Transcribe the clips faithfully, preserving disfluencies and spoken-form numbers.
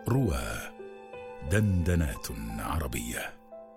روى دندنات عربية.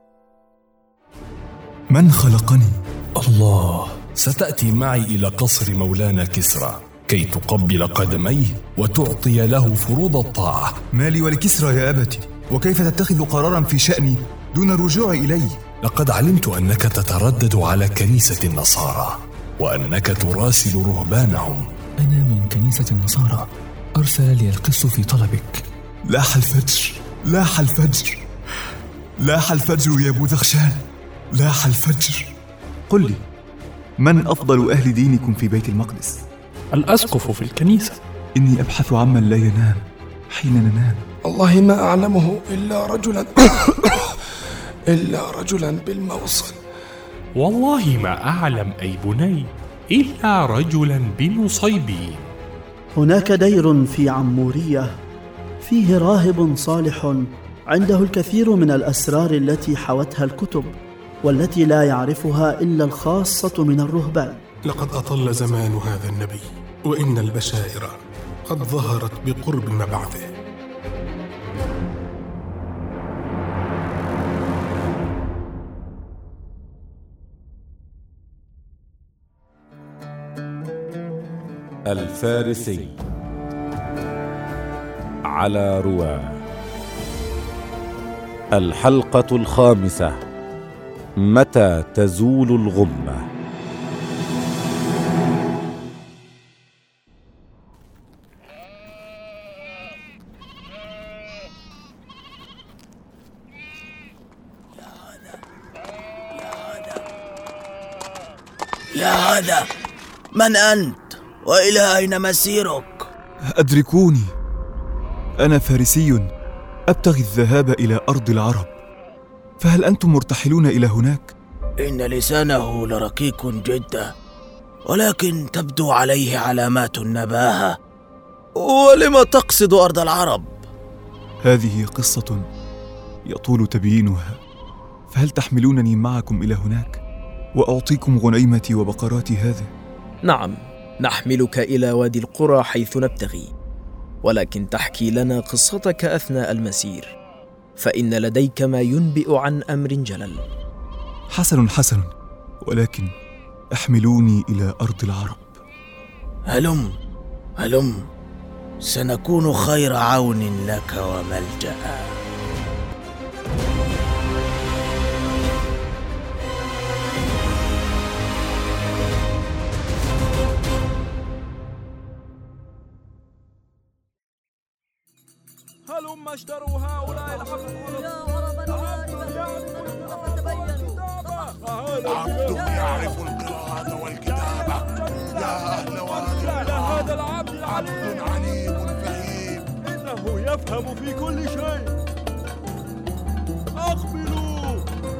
من خلقني؟ الله. ستأتي معي إلى قصر مولانا كسرى كي تقبل قدميه وتعطي له فروض الطاعة. مالي ولكسرى يا أبتي؟ وكيف تتخذ قرارا في شأني دون الرجوع إليه؟ لقد علمت أنك تتردد على كنيسة النصارى وأنك تراسل رهبانهم. أنا من كنيسة النصارى، أرسل لي القس في طلبك. لاح الفجر، لاح الفجر، لاح الفجر يا بوذخشان، لاح الفجر. قل لي، من أفضل أهل دينكم في بيت المقدس؟ الأسقف في الكنيسة. إني أبحث عمن لا ينام حين ننام. والله ما أعلمه إلا رجلا إلا رجلا بالموصل. والله ما أعلم أي بني إلا رجلا بنصيبين. هناك دير في عمورية فيه راهب صالح عنده الكثير من الأسرار التي حوتها الكتب والتي لا يعرفها إلا الخاصة من الرهبان. لقد أطل زمان هذا النبي، وإن البشائر قد ظهرت بقرب مبعثه. الفارسي على رواه. الحلقة الخامسة: متى تزول الغمة؟ يا هذا، من أنت؟ وإلى أين مسيرك؟ أدركوني، أنا فارسي أبتغي الذهاب إلى أرض العرب، فهل أنتم مرتحلون إلى هناك؟ إن لسانه لرقيق جدا، ولكن تبدو عليه علامات النباهة. ولم تقصد أرض العرب؟ هذه قصة يطول تبيينها، فهل تحملونني معكم إلى هناك وأعطيكم غنيمتي وبقراتي هذه؟ نعم، نحملك إلى وادي القرى حيث نبتغي، ولكن تحكي لنا قصتك أثناء المسير، فإن لديك ما ينبئ عن أمر جلل. حسن حسن، ولكن احملوني إلى أرض العرب. هلم هلم، سنكون خير عون لك وملجأ. هلم اشتروا هؤلاء الحبل يا عرب عبد يعرف القراءة والكتابة. يا أهل وادي هذا العبد عبد عنيد فهيم، إنه يفهم في كل شيء. أقبلوا.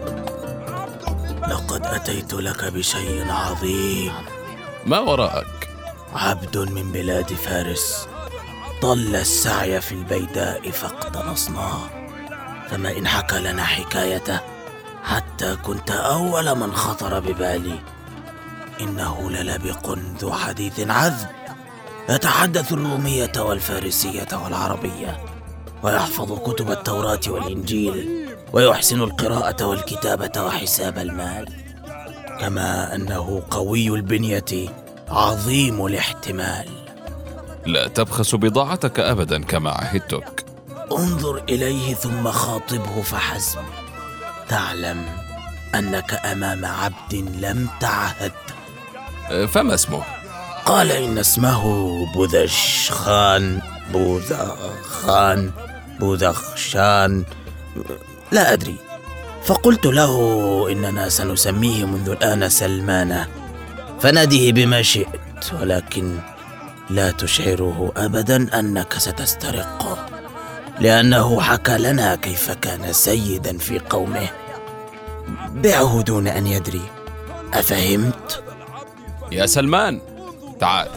لقد أتيت لك بشيء عظيم. ما وراءك؟ عبد من بلاد فارس ضل السعي في البيداء فاقتنصناه، فما إن حكى لنا حكايته حتى كنت أول من خطر ببالي. إنه للبق ذو حديث عذب، يتحدث الرومية والفارسية والعربية، ويحفظ كتب التوراة والإنجيل، ويحسن القراءة والكتابة وحساب المال، كما أنه قوي البنية عظيم الاحتمال. لا تبخس بضاعتك أبدا كما عهدتك. انظر إليه ثم خاطبه فحسب، تعلم أنك أمام عبد لم تعهد. فما اسمه؟ قال إن اسمه بوذخشان بوذخان بوذخشان لا أدري. فقلت له إننا سنسميه منذ الآن سلمانة، فناديه بما شئت، ولكن لا تشعره أبدا أنك ستسترقه، لأنه حكى لنا كيف كان سيدا في قومه. بعه دون أن يدري، أفهمت؟ يا سلمان تعال.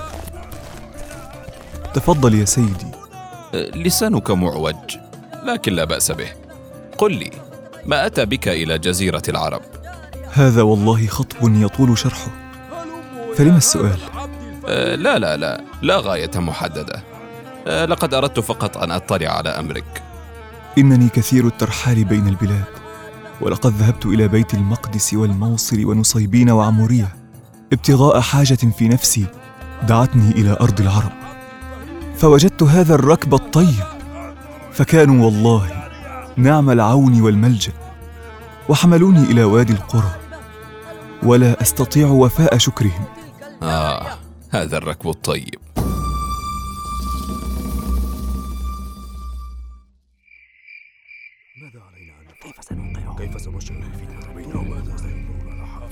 تفضل يا سيدي. لسانك معوج، لكن لا بأس به. قل لي، ما أتى بك إلى جزيرة العرب؟ هذا والله خطب يطول شرحه، فلما السؤال؟ أه لا لا لا لا غاية محددة. أه لقد أردت فقط أن أطلع على أمرك. إنني كثير الترحال بين البلاد، ولقد ذهبت إلى بيت المقدس والموصل ونصيبين وعمورية ابتغاء حاجة في نفسي دعتني إلى أرض العرب، فوجدت هذا الركب الطيب، فكانوا والله نعم العون والملجأ، وحملوني إلى وادي القرى، ولا أستطيع وفاء شكرهم. آه، هذا الركب الطيب. ماذا علينا أن نفعل؟ كيف سنوقعه؟ كيف سنشر الفتنة بينهم؟ ماذا سيقولون لها؟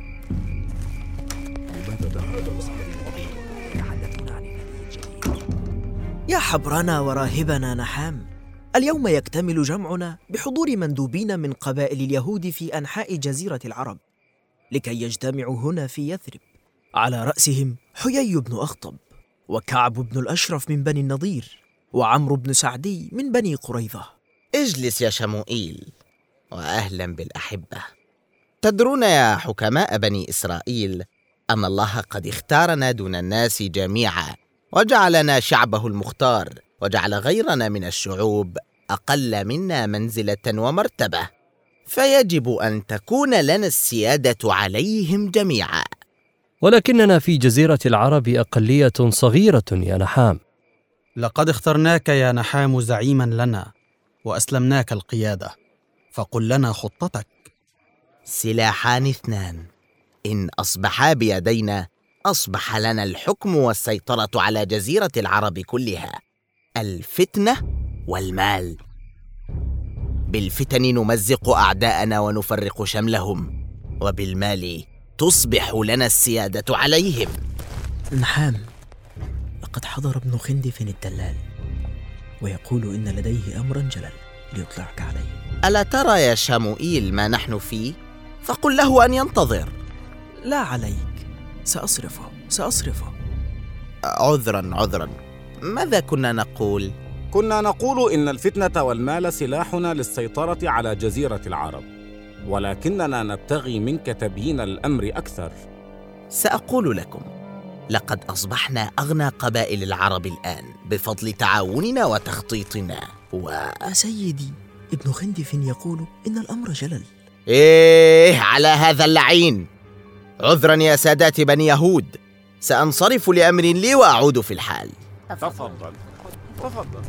لماذا دعا يتحدثون عن نبي جديد؟ يا حبرنا وراهبنا نحام، اليوم يكتمل جمعنا بحضور مندوبين من قبائل اليهود في أنحاء جزيرة العرب لكي يجتمعوا هنا في يثرب، على رأسهم حيي بن أخطب، وكعب بن الأشرف من بني النضير، وعمرو بن سعدي من بني قريظة. اجلس يا شموئيل، وأهلا بالأحبة. تدرون يا حكماء بني إسرائيل أن الله قد اختارنا دون الناس جميعا، وجعلنا شعبه المختار، وجعل غيرنا من الشعوب أقل منا منزلة ومرتبة، فيجب أن تكون لنا السيادة عليهم جميعا. ولكننا في جزيرة العرب أقلية صغيرة يا نحام. لقد اخترناك يا نحام زعيما لنا، وأسلمناك القيادة، فقل لنا خطتك. سلاحان اثنان، إن أصبحا بيدينا أصبح لنا الحكم والسيطرة على جزيرة العرب كلها، الفتنة والمال. بالفتن نمزق أعداءنا ونفرق شملهم، وبالمال تصبح لنا السيادة عليهم. نحام، لقد حضر ابن خندف الدلال، ويقول إن لديه أمرا جلل ليطلعك عليه. ألا ترى يا شموئيل ما نحن فيه؟ فقل له أن ينتظر. لا عليك، سأصرفه سأصرفه. عذرا عذرا، ماذا كنا نقول؟ كنا نقول إن الفتنة والمال سلاحنا للسيطرة على جزيرة العرب، ولكننا نبتغي منك تبيين الأمر أكثر. سأقول لكم، لقد أصبحنا أغنى قبائل العرب الآن بفضل تعاوننا وتخطيطنا و... يا سيدي، ابن خندف يقول إن الأمر جلل. إيه على هذا اللعين. عذرا يا سادات بني يهود، سأنصرف لأمر لي وأعود في الحال. تفضل تفضل.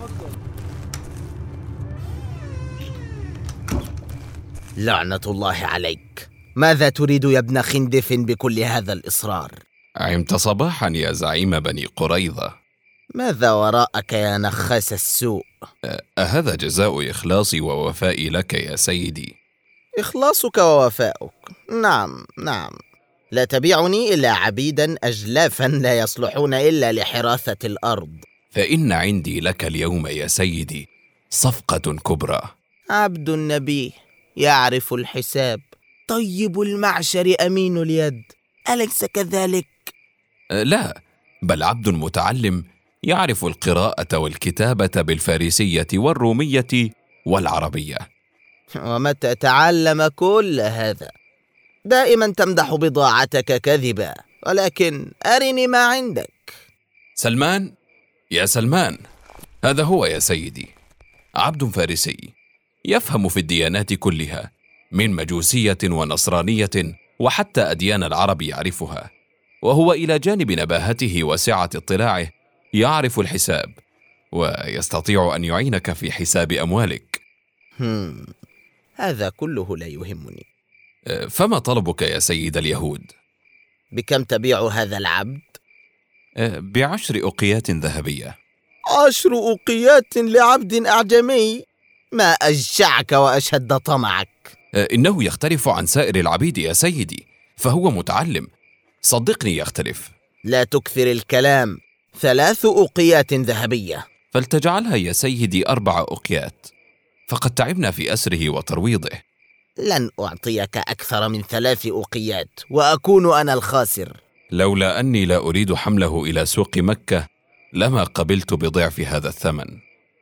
لعنة الله عليك، ماذا تريد يا ابن خندف بكل هذا الإصرار؟ عمت صباحا يا زعيم بني قريظة. ماذا وراءك يا نخاس السوء؟ أهذا جزاء إخلاصي ووفائي لك يا سيدي؟ إخلاصك ووفاؤك، نعم نعم. لا تبيعني إلا عبيدا أجلافا لا يصلحون إلا لحراثة الأرض. فإن عندي لك اليوم يا سيدي صفقة كبرى. عبد النبي يعرف الحساب، طيب المعشر أمين اليد، أليس كذلك؟ لا، بل عبد متعلم يعرف القراءة والكتابة بالفارسية والرومية والعربية. ومتى تعلم كل هذا؟ دائما تمدح بضاعتك كذبا، ولكن أرني ما عندك. سلمان، يا سلمان، هذا هو يا سيدي، عبد فارسي يفهم في الديانات كلها، من مجوسية ونصرانية وحتى أديان العرب يعرفها، وهو إلى جانب نباهته وسعة اطلاعه يعرف الحساب، ويستطيع أن يعينك في حساب أموالك. هم. هذا كله لا يهمني. فما طلبك يا سيد اليهود؟ بكم تبيع هذا العبد؟ بعشر أقيات ذهبية. عشر أقيات لعبد أعجمي؟ ما أجشعك وأشد طمعك. إنه يختلف عن سائر العبيد يا سيدي، فهو متعلم، صدقني يختلف. لا تكثر الكلام، ثلاث أقيات ذهبية. فلتجعلها يا سيدي أربع أقيات، فقد تعبنا في أسره وترويضه. لن أعطيك أكثر من ثلاث أقيات وأكون أنا الخاسر. لولا أني لا أريد حمله إلى سوق مكة لما قبلت بضعف هذا الثمن.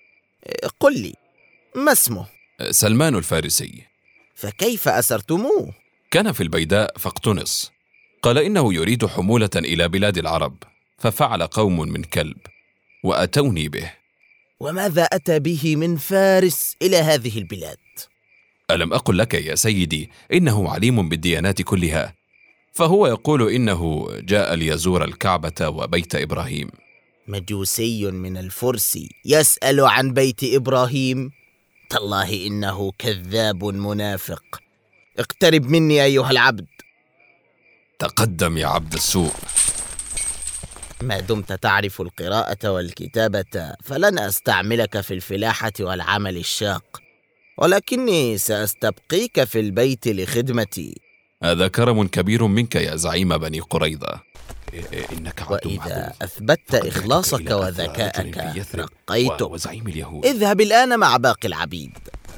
قل لي، ما اسمه؟ سلمان الفارسي. فكيف أسرتموه؟ كان في البيداء فاقتنص، قال إنه يريد حمولة إلى بلاد العرب، ففعل قوم من كلب وأتوني به، وماذا أتى به من فارس إلى هذه البلاد؟ ألم أقل لك يا سيدي إنه عليم بالديانات كلها، فهو يقول إنه جاء ليزور الكعبة وبيت إبراهيم. مجوسي من الفرس يسأل عن بيت إبراهيم؟ تالله إنه كذاب منافق. اقترب مني أيها العبد. تقدم يا عبد السوء. ما دمت تعرف القراءة والكتابة فلن أستعملك في الفلاحة والعمل الشاق، ولكني سأستبقيك في البيت لخدمتي. هذا كرم كبير منك يا زعيم بني قريظة. إنك عبد وإذا محظوظ. أثبتت إخلاصك وذكاءك رقيتك. وزعيم اليهود. اذهب الآن مع باقي العبيد.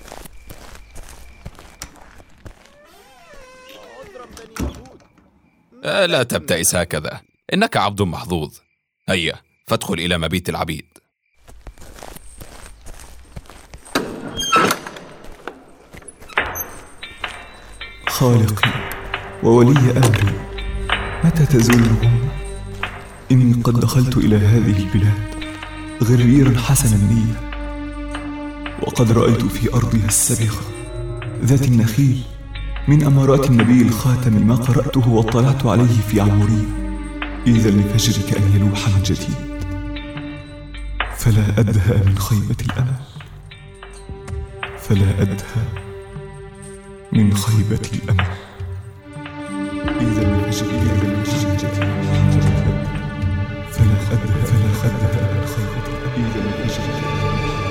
لا تبتئس هكذا، إنك عبد محظوظ. هيا فادخل إلى مبيت العبيد. خالقي وولي أمري، متى تزول الغمة؟ إني قد دخلت إلى هذه البلاد غريرا حسن النية، وقد رأيت في أرضها السبخة ذات النخيل من أمارات النبي الخاتم ما قرأته واطلعت عليه في عمورية، إذا للفجر كأن يلوح من جديد، فلا أدهى من خيبة الأمل، فلا أدهى من خيبة الأمل، إذا للفجر كأن يلوح من جديد، فلا أدهى فلا أدهى من خيبة الأمل، إذا للفجر كأن يلوح من جديد.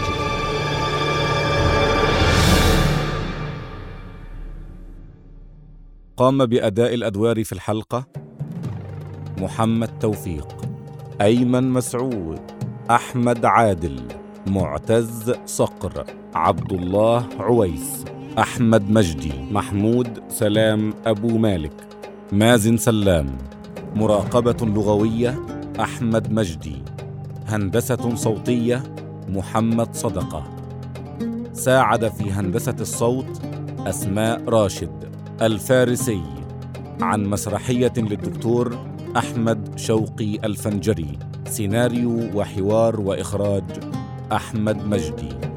قام بأداء الأدوار في الحلقة محمد توفيق، أيمن مسعود، أحمد عادل، معتز صقر، عبد الله عويس، أحمد مجدي، محمود سلام أبو مالك، مازن سلام. مراقبة لغوية أحمد مجدي. هندسة صوتية محمد صدقة. ساعد في هندسة الصوت أسماء راشد. الفارسي عن مسرحية للدكتور أحمد شوقي الفنجري. سيناريو وحوار وإخراج أحمد مجدي.